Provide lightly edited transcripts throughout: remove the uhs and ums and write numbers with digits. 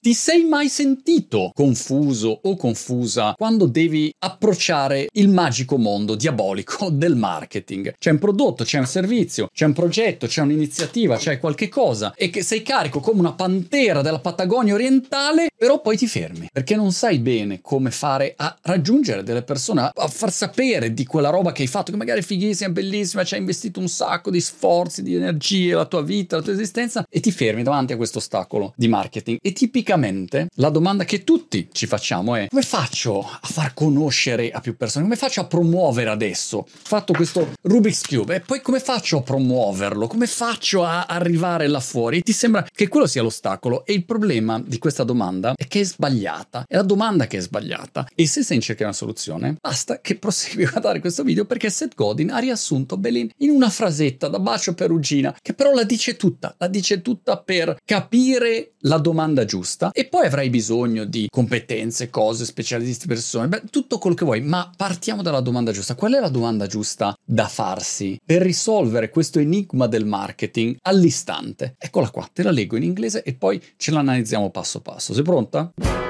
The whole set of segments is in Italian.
Ti sei mai sentito confuso o confusa quando devi approcciare il magico mondo diabolico del marketing? C'è un prodotto, c'è un servizio, c'è un progetto, c'è un'iniziativa, c'è qualche cosa e che sei carico come una pantera della Patagonia orientale, però poi ti fermi perché non sai bene come fare a raggiungere delle persone, a far sapere di quella roba che hai fatto, che magari è fighissima, bellissima, ci hai investito un sacco di sforzi, di energie, la tua vita, la tua esistenza, e ti fermi davanti a questo ostacolo di marketing. E tipicamente la domanda che tutti ci facciamo è: come faccio a far conoscere a più persone? Come faccio a promuovere adesso? Ho fatto questo Rubik's Cube e poi come faccio a promuoverlo? Come faccio a arrivare là fuori? Ti sembra che quello sia l'ostacolo, e il problema di questa domanda è che è sbagliata. È la domanda che è sbagliata, e se sei in cerca di una soluzione basta che prosegui a guardare questo video, perché Seth Godin ha riassunto Belin in una frasetta da bacio perugina che però la dice tutta per capire la domanda giusta. E poi avrai bisogno di competenze, cose, specialisti, persone, tutto quello che vuoi, ma partiamo dalla domanda giusta. Qual è la domanda giusta da farsi per risolvere questo enigma del marketing all'istante? Eccola qua, te la leggo in inglese e poi ce l'analizziamo passo passo. Sei pronta?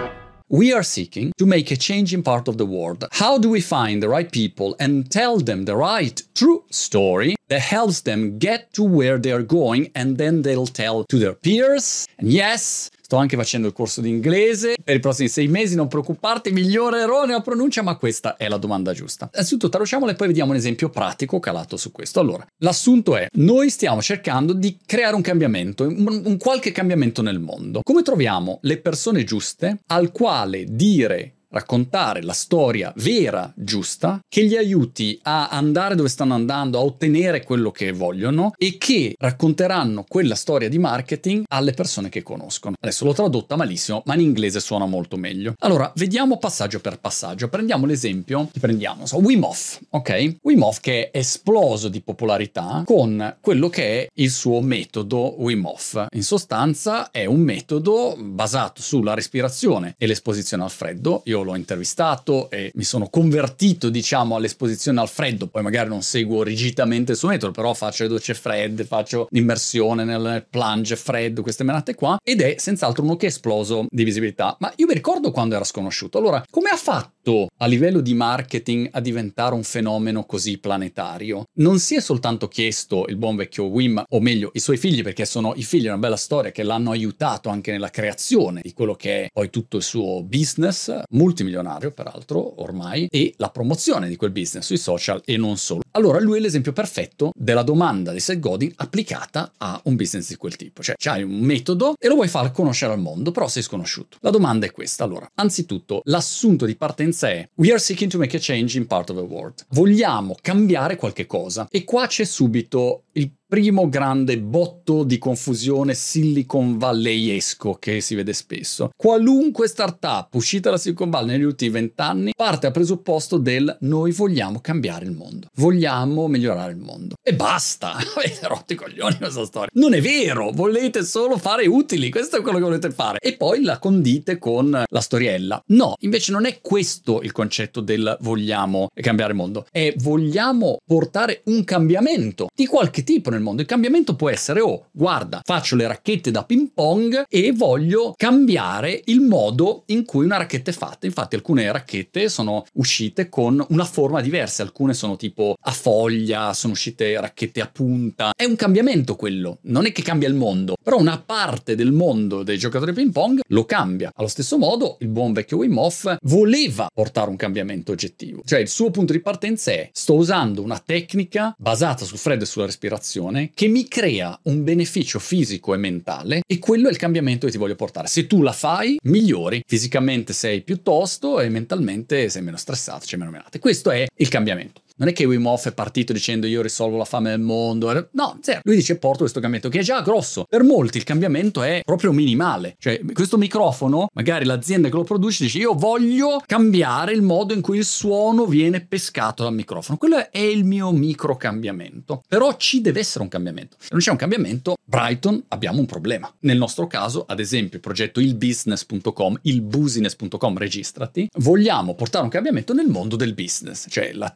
We are seeking to make a change in part of the world. How do we find the right people and tell them the right, true story that helps them get to where they are going, and then they'll tell to their peers? And yes, sto anche facendo il corso di inglese per i prossimi 6 mesi, non preoccuparti, migliorerò nella pronuncia, ma questa è la domanda giusta. Innanzitutto traduciamola e poi vediamo un esempio pratico calato su questo. Allora, l'assunto è: noi stiamo cercando di creare un cambiamento, un qualche cambiamento nel mondo. Come troviamo le persone giuste al quale raccontare la storia vera, giusta, che gli aiuti a andare dove stanno andando, a ottenere quello che vogliono, e che racconteranno quella storia di marketing alle persone che conoscono? Adesso l'ho tradotta malissimo, ma in inglese suona molto meglio. Allora, vediamo passaggio per passaggio. Prendiamo l'esempio, Wim Hof, ok? Wim Hof, che è esploso di popolarità con quello che è il suo metodo Wim Hof. In sostanza è un metodo basato sulla respirazione e l'esposizione al freddo. Io l'ho intervistato e mi sono convertito, all'esposizione al freddo. Poi magari non seguo rigidamente il suo metodo, però faccio le docce fredde, faccio l'immersione nel plunge freddo, queste menate qua, ed è senz'altro uno che è esploso di visibilità. Ma io mi ricordo quando era sconosciuto. Allora, come ha fatto a livello di marketing a diventare un fenomeno così planetario? Non si è soltanto chiesto il buon vecchio Wim, o meglio i suoi figli, perché sono i figli, una bella storia, che l'hanno aiutato anche nella creazione di quello che è poi tutto il suo business, multimilionario peraltro ormai, e la promozione di quel business sui social e non solo. Allora lui è l'esempio perfetto della domanda di Seth Godin applicata a un business di quel tipo. Cioè c'hai un metodo e lo vuoi far conoscere al mondo, però sei sconosciuto. La domanda è questa. Allora, anzitutto l'assunto di partenza è: we are seeking to make a change in part of the world. Vogliamo cambiare qualche cosa. E qua c'è subito il primo grande botto di confusione Silicon Valleyesco che si vede spesso. Qualunque startup uscita da Silicon Valley negli ultimi 20 anni parte al presupposto del: noi vogliamo cambiare il mondo, vogliamo migliorare il mondo. E basta! Avete rotto i coglioni questa storia. Non è vero, volete solo fare utili, questo è quello che volete fare. E poi la condite con la storiella. No, invece non è questo il concetto del vogliamo cambiare il mondo. È: vogliamo portare un cambiamento di qualche tipo nel mondo. Il cambiamento può essere: guarda, faccio le racchette da ping pong e voglio cambiare il modo in cui una racchetta è fatta. Infatti alcune racchette sono uscite con una forma diversa, alcune sono tipo a foglia, sono uscite racchette a punta. È un cambiamento quello, non è che cambia il mondo, però una parte del mondo dei giocatori di ping pong lo cambia. Allo stesso modo il buon vecchio Wim Hof voleva portare un cambiamento oggettivo, cioè il suo punto di partenza è: sto usando una tecnica basata sul freddo e sulla respirazione che mi crea un beneficio fisico e mentale, e quello è il cambiamento che ti voglio portare. Se tu la fai, migliori, fisicamente sei più tosto e mentalmente sei meno stressato, c'è meno menate. Questo è il cambiamento. Non è che Wim Hof è partito dicendo: io risolvo la fame del mondo. No, zero. Lui dice: porto questo cambiamento che è già grosso. Per molti il cambiamento è proprio minimale. Cioè, questo microfono, magari l'azienda che lo produce dice: io voglio cambiare il modo in cui il suono viene pescato dal microfono. Quello è il mio micro cambiamento. Però ci deve essere un cambiamento. Se non c'è un cambiamento, Brighton, abbiamo un problema. Nel nostro caso, ad esempio, il progetto ilbusiness.com, ilbusiness.com, registrati, vogliamo portare un cambiamento nel mondo del business. Cioè, la tesi di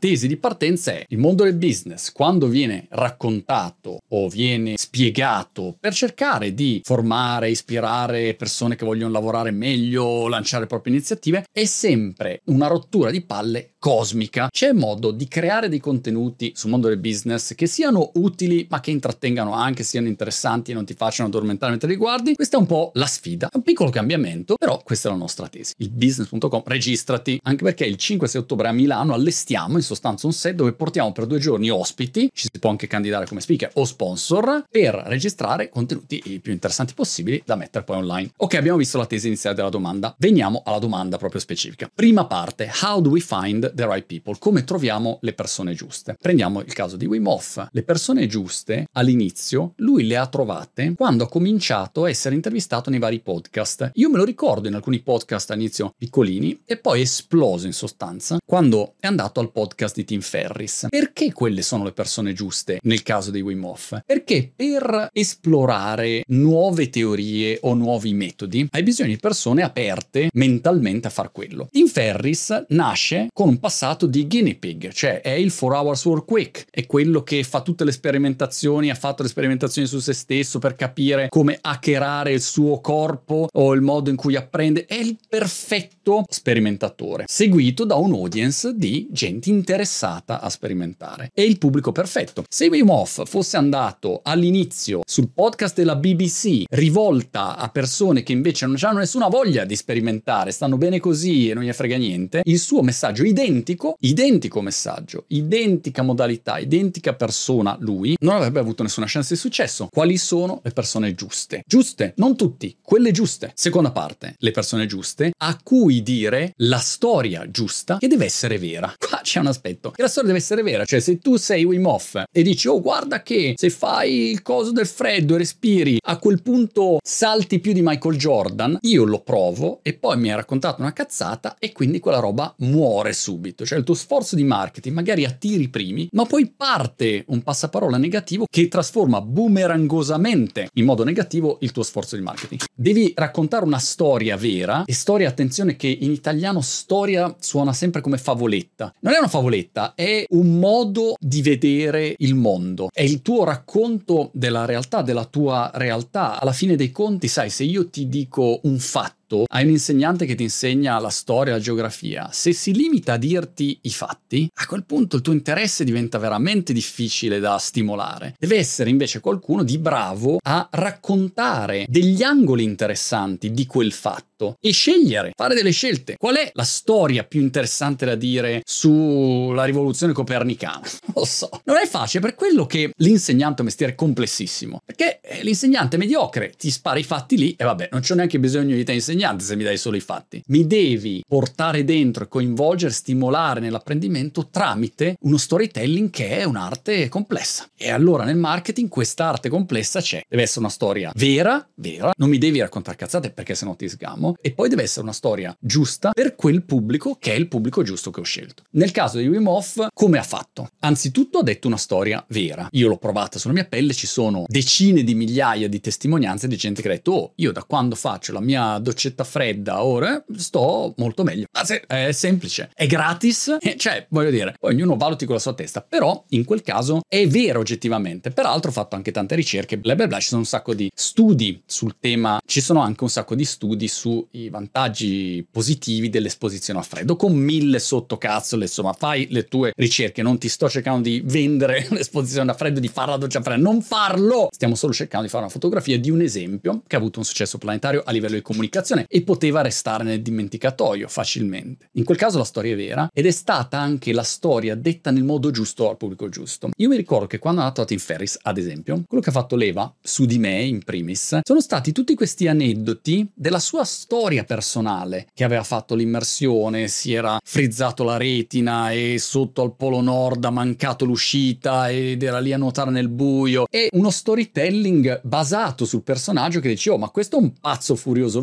partenza è il mondo del business, quando viene raccontato o viene spiegato per cercare di formare, ispirare persone che vogliono lavorare meglio, lanciare le proprie iniziative, è sempre una rottura di palle cosmica. C'è modo di creare dei contenuti sul mondo del business che siano utili ma che intrattengano anche, siano interessanti e non ti facciano addormentare mentre li guardi? Questa è un po' la sfida, è un piccolo cambiamento, però questa è la nostra tesi. Il business.com, registrati, anche perché il 5-6 ottobre a Milano allestiamo in sostanza un set dove portiamo per 2 giorni ospiti, ci si può anche candidare come speaker o sponsor, per registrare contenuti i più interessanti possibili da mettere poi online. Ok, abbiamo visto la tesi iniziale della domanda, veniamo alla domanda proprio specifica. Prima parte, how do we find the right people? Come troviamo le persone giuste? Prendiamo il caso di Wim Hof. Le persone giuste all'inizio lui le ha trovate quando ha cominciato a essere intervistato nei vari podcast. Io me lo ricordo in alcuni podcast all'inizio piccolini e poi è esploso in sostanza quando è andato al podcast di Tim Ferriss. Perché quelle sono le persone giuste nel caso di Wim Hof? Perché per esplorare nuove teorie o nuovi metodi hai bisogno di persone aperte mentalmente a far quello. Tim Ferriss nasce con un passato di guinea pig, cioè è il 4 hours work week, è quello che fa tutte le sperimentazioni, ha fatto le sperimentazioni su se stesso per capire come hackerare il suo corpo o il modo in cui apprende, è il perfetto sperimentatore, seguito da un audience di gente interessata a sperimentare. È il pubblico perfetto. Se Wim Hof fosse andato all'inizio sul podcast della BBC, rivolta a persone che invece non hanno nessuna voglia di sperimentare, stanno bene così e non gli frega niente, il suo messaggio identico messaggio, identica modalità, identica persona, lui non avrebbe avuto nessuna chance di successo. Quali sono le persone giuste? Giuste, non tutti, quelle giuste. Seconda parte, le persone giuste a cui dire la storia giusta che deve essere vera. Qua c'è un aspetto, che la storia deve essere vera, cioè se tu sei Wim Hof e dici oh guarda che se fai il coso del freddo e respiri a quel punto salti più di Michael Jordan, io lo provo e poi mi hai raccontato una cazzata e quindi quella roba muore subito. Cioè il tuo sforzo di marketing magari attiri i primi, ma poi parte un passaparola negativo che trasforma boomerangosamente in modo negativo il tuo sforzo di marketing. Devi raccontare una storia vera, e storia, attenzione che in italiano storia suona sempre come favoletta. Non è una favoletta, è un modo di vedere il mondo, è il tuo racconto della realtà, della tua realtà. Alla fine dei conti, sai, se io ti dico un fatto, hai un insegnante che ti insegna la storia, la geografia, se si limita a dirti i fatti, a quel punto il tuo interesse diventa veramente difficile da stimolare. Deve essere invece qualcuno di bravo a raccontare degli angoli interessanti di quel fatto e scegliere, fare delle scelte. Qual è la storia più interessante da dire sulla rivoluzione copernicana? Non lo so. Non è facile, per quello che l'insegnante è un mestiere complessissimo, perché l'insegnante mediocre ti spara i fatti lì e vabbè, non c'ho neanche bisogno di te insegnante se mi dai solo i fatti. Mi devi portare dentro e coinvolgere, stimolare nell'apprendimento tramite uno storytelling che è un'arte complessa. E allora nel marketing questa arte complessa c'è. Deve essere una storia vera, non mi devi raccontare cazzate perché sennò ti sgamo, e poi deve essere una storia giusta per quel pubblico che è il pubblico giusto che ho scelto. Nel caso di Wim Hof, come ha fatto? Anzitutto ha detto una storia vera. Io l'ho provata sulla mia pelle, ci sono decine di migliaia di testimonianze di gente che ha detto oh, io da quando faccio la mia doccetta fredda ora sto molto meglio. Ma se è semplice, è gratis, cioè voglio dire, poi ognuno valuti con la sua testa, però in quel caso è vero oggettivamente. Peraltro ho fatto anche tante ricerche, bla bla bla, ci sono un sacco di studi sul tema, ci sono anche un sacco di studi sui vantaggi positivi dell'esposizione al freddo, con 1000 sottocazzole, insomma fai le tue ricerche, non ti sto cercando di vendere l'esposizione a freddo, di fare la doccia fredda, non farlo! Stiamo solo cercando di fare una fotografia di un esempio che ha avuto un successo planetario a livello di comunicazione e poteva restare nel dimenticatoio facilmente. In quel caso la storia è vera ed è stata anche la storia detta nel modo giusto al pubblico giusto. Io mi ricordo che quando è andato a Tim Ferriss, ad esempio, quello che ha fatto leva su di me in primis sono stati tutti questi aneddoti della sua storia personale, che aveva fatto l'immersione, si era frizzato la retina e sotto al Polo Nord ha mancato l'uscita ed era lì a nuotare nel buio, e uno storytelling basato sul personaggio che dice oh ma questo è un pazzo furioso vero, non è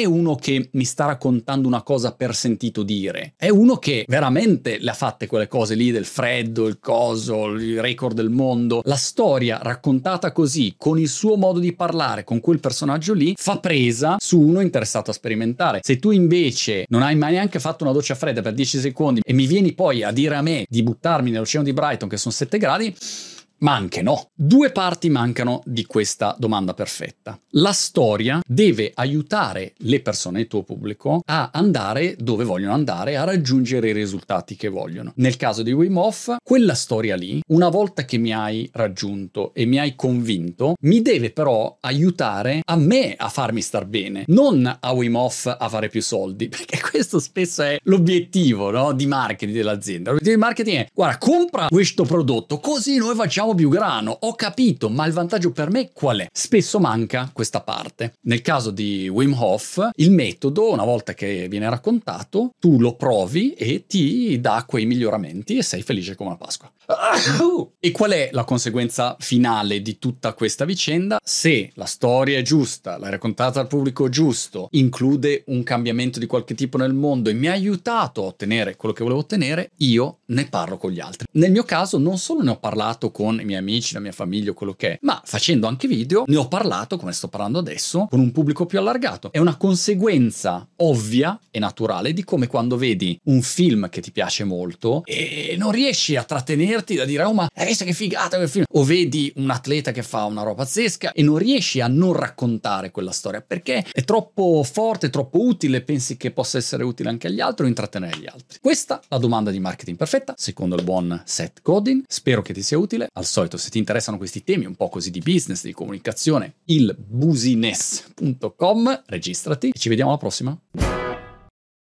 è uno che mi sta raccontando una cosa per sentito dire, è uno che veramente le ha fatte quelle cose lì del freddo, il coso, il record del mondo. La storia raccontata così, con il suo modo di parlare, con quel personaggio lì, fa presa su uno interessato a sperimentare. Se tu invece non hai mai neanche fatto una doccia fredda per 10 secondi e mi vieni poi a dire a me di buttarmi nell'oceano di Brighton che sono 7 gradi, ma anche no. Due parti mancano di questa domanda perfetta. La storia deve aiutare le persone, il tuo pubblico, a andare dove vogliono andare, a raggiungere i risultati che vogliono. Nel caso di Wim Hof, quella storia lì, una volta che mi hai raggiunto e mi hai convinto, mi deve però aiutare a me a farmi star bene, non a Wim Hof a fare più soldi, perché questo spesso è l'obiettivo, no, di marketing dell'azienda. L'obiettivo di marketing è: guarda, compra questo prodotto, così noi facciamo più grano. Ho capito, ma il vantaggio per me qual è? Spesso manca questa parte. Nel caso di Wim Hof, il metodo, una volta che viene raccontato, tu lo provi e ti dà quei miglioramenti e sei felice come una Pasqua. E qual è la conseguenza finale di tutta questa vicenda? Se la storia è giusta, l'hai raccontata al pubblico giusto, include un cambiamento di qualche tipo nel mondo e mi ha aiutato a ottenere quello che volevo ottenere, io ne parlo con gli altri. Nel mio caso non solo ne ho parlato con i miei amici, la mia famiglia o quello che è, ma facendo anche video ne ho parlato, come sto parlando adesso, con un pubblico più allargato. È una conseguenza ovvia e naturale di come quando vedi un film che ti piace molto e non riesci a trattenerti da dire: oh, ma hai visto che figata quel film? O vedi un atleta che fa una roba pazzesca e non riesci a non raccontare quella storia perché è troppo forte, troppo utile, pensi che possa essere utile anche agli altri o intrattenere gli altri. Questa è la domanda di marketing perfetta secondo il buon Seth Godin. Spero che ti sia utile. Al solito, se ti interessano questi temi un po' così di business, di comunicazione, ilbusiness.com, registrati e ci vediamo alla prossima.